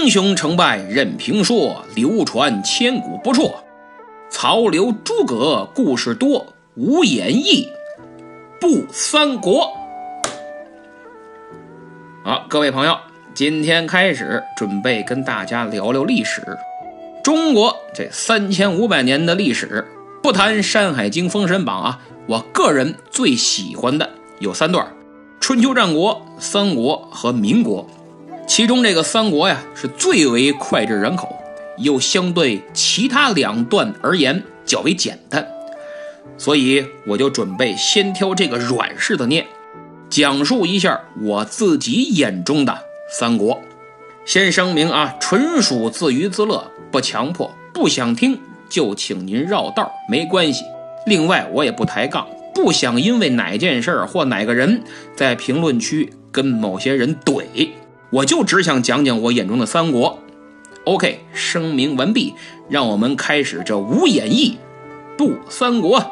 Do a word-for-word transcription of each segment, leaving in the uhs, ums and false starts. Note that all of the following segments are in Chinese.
英雄成败任评说，流传千古不辍。曹刘诸葛故事多，无演义不三国。好，各位朋友，今天开始准备跟大家聊聊历史。中国这三千五百年的历史，不谈《山海经》《封神榜》啊，我个人最喜欢的有三段：春秋战国、三国和民国。其中这个三国呀，是最为脍炙人口，又相对其他两段而言较为简单，所以我就准备先挑这个软柿子捏，讲述一下我自己眼中的三国。先声明啊，纯属自娱自乐，不强迫，不想听就请您绕道，没关系。另外我也不抬杠，不想因为哪件事或哪个人在评论区跟某些人怼，我就只想讲讲我眼中的三国。 OK， 声明完毕，让我们开始这无演义不三国。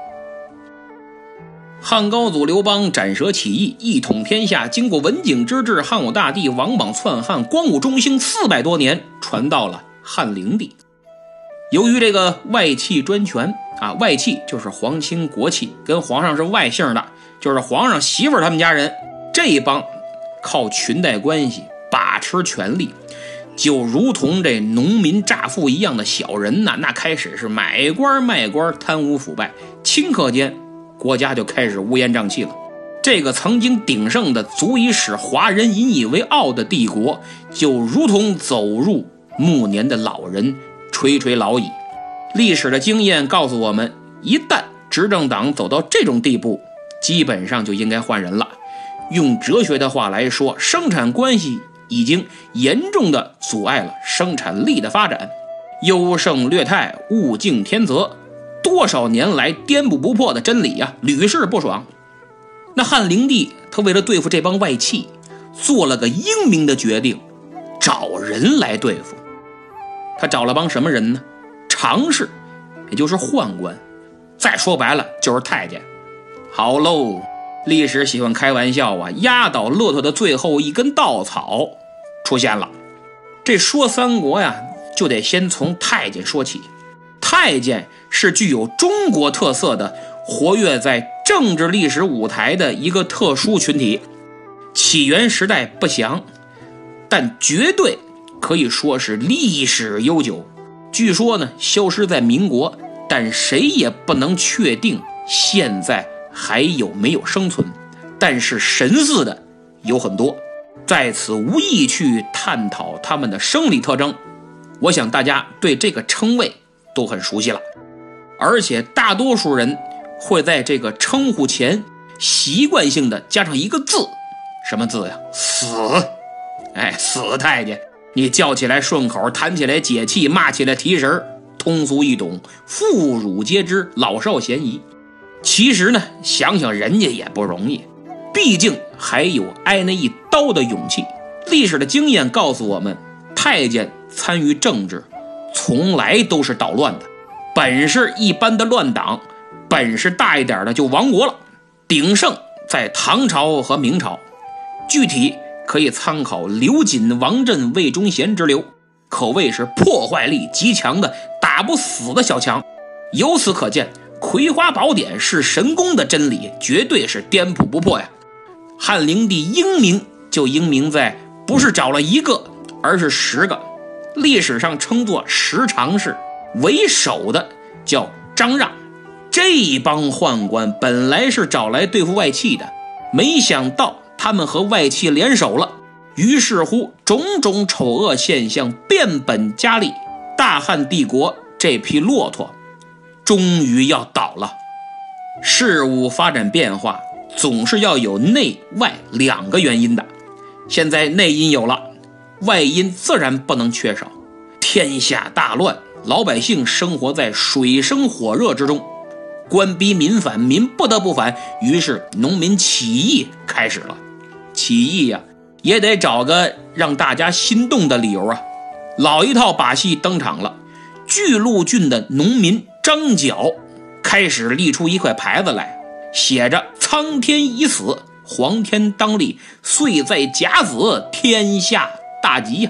汉高祖刘邦斩蛇起义，一统天下，经过文景之治，汉武大帝王莽篡汉，光武中兴四百多年，传到了汉灵帝。由于这个外戚专权啊，外戚就是皇亲国戚，跟皇上是外姓的，就是皇上媳妇儿他们家人，这一帮靠裙带关系把持权力，就如同这农民乍富一样的小人呐、啊，那开始是买官卖官，贪污腐败，顷刻间国家就开始乌烟瘴气了。这个曾经鼎盛的足以使华人引以为傲的帝国，就如同走入暮年的老人，垂垂老矣。历史的经验告诉我们，一旦执政党走到这种地步，基本上就应该换人了。用哲学的话来说，生产关系已经严重的阻碍了生产力的发展，优胜劣汰，物竞天择，多少年来颠不不破的真理啊，屡试不爽。那汉灵帝他为了对付这帮外戚，做了个英明的决定，找人来对付。他找了帮什么人呢？常侍，也就是宦官，再说白了就是太监。好喽，历史喜欢开玩笑啊，压倒骆驼的最后一根稻草出现了。这说三国呀，就得先从太监说起。太监是具有中国特色的，活跃在政治历史舞台的一个特殊群体，起源时代不详，但绝对可以说是历史悠久。据说呢，消失在民国，但谁也不能确定现在还有没有生存。但是神似的有很多，在此无意去探讨他们的生理特征，我想大家对这个称谓都很熟悉了，而且大多数人会在这个称呼前习惯性的加上一个字，什么字呀？死。哎，死太监，你叫起来顺口，弹起来解气，骂起来提神，通俗易懂，妇孺皆知，老少咸宜。其实呢，想想人家也不容易，毕竟还有挨那一刀的勇气。历史的经验告诉我们，太监参与政治从来都是捣乱的，本事一般的乱党，本事大一点的就亡国了。鼎盛在唐朝和明朝，具体可以参考刘瑾、王震、魏忠贤之流，可谓是破坏力极强的打不死的小强。由此可见，葵花宝典是神功的真理绝对是颠扑不破呀。汉灵帝英明就英明在不是找了一个，而是十个，历史上称作十常侍，为首的叫张让。这帮宦官本来是找来对付外戚的，没想到他们和外戚联手了，于是乎种种丑恶现象变本加厉，大汉帝国这匹骆驼终于要倒了。事物发展变化总是要有内外两个原因的，现在内因有了，外因自然不能缺少。天下大乱，老百姓生活在水深火热之中，官逼民反，民不得不反，于是农民起义开始了。起义呀、啊，也得找个让大家心动的理由啊。老一套把戏登场了，巨鹿郡的农民张角开始立出一块牌子来，写着苍天已死，皇天当立，岁在甲子，天下大吉呀。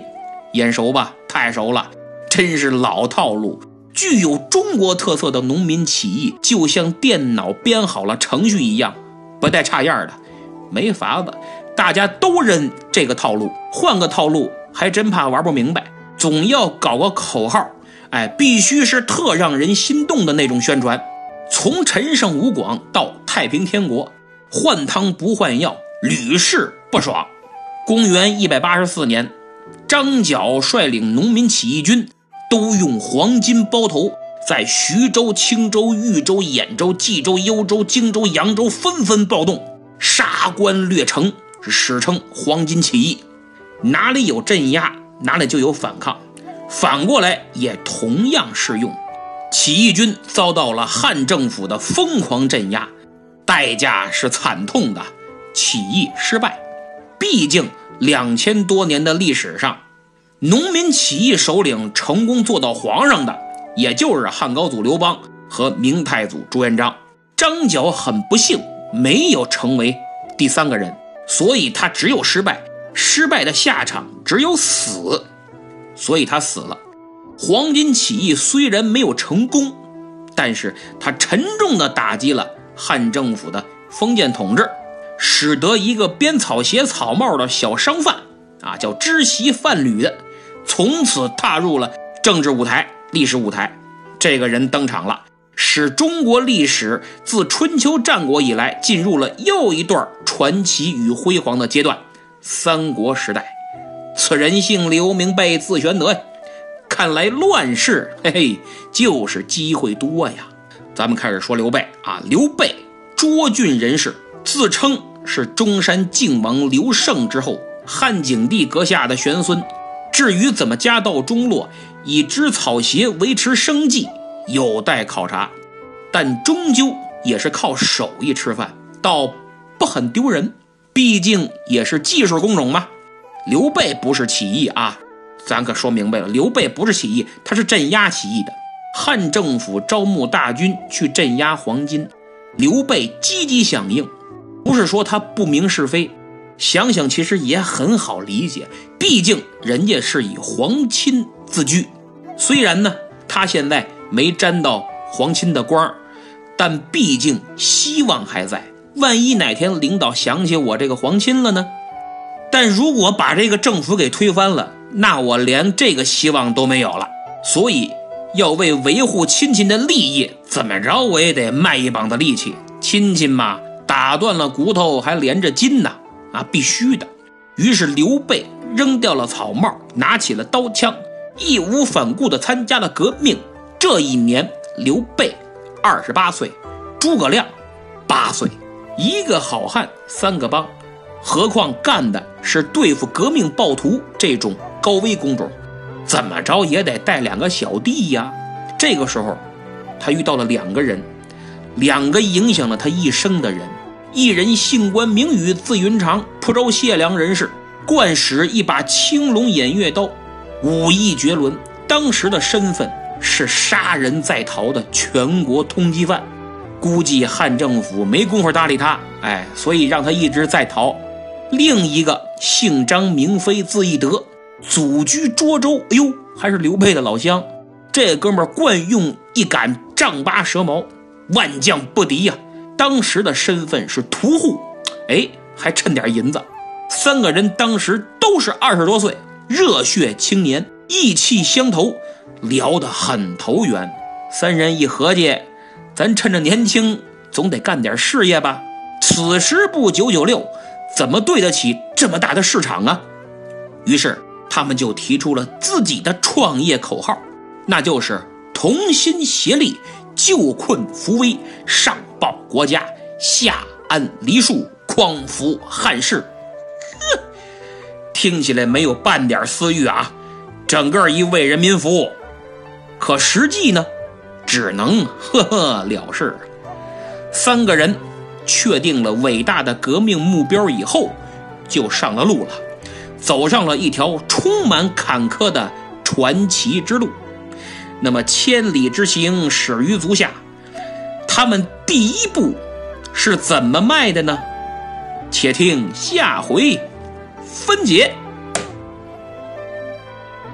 眼熟吧？太熟了，真是老套路。具有中国特色的农民起义，就像电脑编好了程序一样，不带差样的。没法子，大家都认这个套路，换个套路还真怕玩不明白。总要搞个口号，哎，必须是特让人心动的那种宣传。从陈胜吴广到太平天国，换汤不换药，屡试不爽。公元一百八十四年，张角率领农民起义军都用黄金包头，在徐州、青州、豫州、兖州、冀州、幽州、荆州、扬州纷纷暴动，杀官掠城，是史称黄金起义。哪里有镇压，哪里就有反抗，反过来也同样适用。起义军遭到了汉政府的疯狂镇压，代价是惨痛的，起义失败。毕竟两千多年的历史上，农民起义首领成功做到皇上的，也就是汉高祖刘邦和明太祖朱元璋。张角很不幸没有成为第三个人，所以他只有失败，失败的下场只有死，所以他死了。黄巾起义虽然没有成功，但是他沉重地打击了汉政府的封建统治，使得一个编草鞋草帽的小商贩啊，叫知席贩履的，从此踏入了政治舞台、历史舞台。这个人登场了，使中国历史自春秋战国以来进入了又一段传奇与辉煌的阶段——三国时代。此人姓刘，名备，字玄德。看来乱世，嘿嘿，就是机会多呀。咱们开始说刘备啊，刘备，涿郡人士，自称是中山靖王刘胜之后，汉景帝阁下的玄孙。至于怎么家道中落，以织草鞋维持生计，有待考察，但终究也是靠手艺吃饭，倒不很丢人，毕竟也是技术工种嘛。刘备不是起义啊，咱可说明白了，刘备不是起义，他是镇压起义的。汉政府招募大军去镇压黄巾，刘备积极响应，不是说他不明是非，想想其实也很好理解，毕竟人家是以皇亲自居。虽然呢他现在没沾到皇亲的光，但毕竟希望还在，万一哪天领导想起我这个皇亲了呢？但如果把这个政府给推翻了，那我连这个希望都没有了。所以要为维护亲戚的利益，怎么着我也得卖一膀子力气。亲戚嘛，打断了骨头还连着筋呢，啊，必须的。于是刘备扔掉了草帽，拿起了刀枪，义无反顾地参加了革命。这一年刘备二十八岁，诸葛亮八岁，一个好汉三个帮，何况干的是对付革命暴徒这种高危工种，怎么着也得带两个小弟呀。这个时候他遇到了两个人，两个影响了他一生的人。一人姓关名羽，字云长，蒲州解良人士，惯使一把青龙偃月刀，武艺绝伦。当时的身份是杀人在逃的全国通缉犯，估计汉政府没工夫搭理他，哎，所以让他一直在逃。另一个姓张名飞，字翼德，祖居涿州，哎呦，还是刘备的老乡。这哥们儿惯用一杆丈八蛇矛，万将不敌呀、啊。当时的身份是屠户，哎，还趁点银子。三个人当时都是二十多岁，热血青年，意气相投，聊得很投缘。三人一合计，咱趁着年轻，总得干点事业吧。此时不九九六，怎么对得起这么大的市场啊？于是他们就提出了自己的创业口号，那就是同心协力，救困扶危，上报国家，下安黎庶，匡扶汉室。呵，听起来没有半点私欲啊，整个一为人民服务。可实际呢，只能呵呵了事。三个人确定了伟大的革命目标以后，就上了路了，走上了一条充满坎坷的传奇之路。那么千里之行，始于足下。他们第一步是怎么迈的呢？且听下回分解。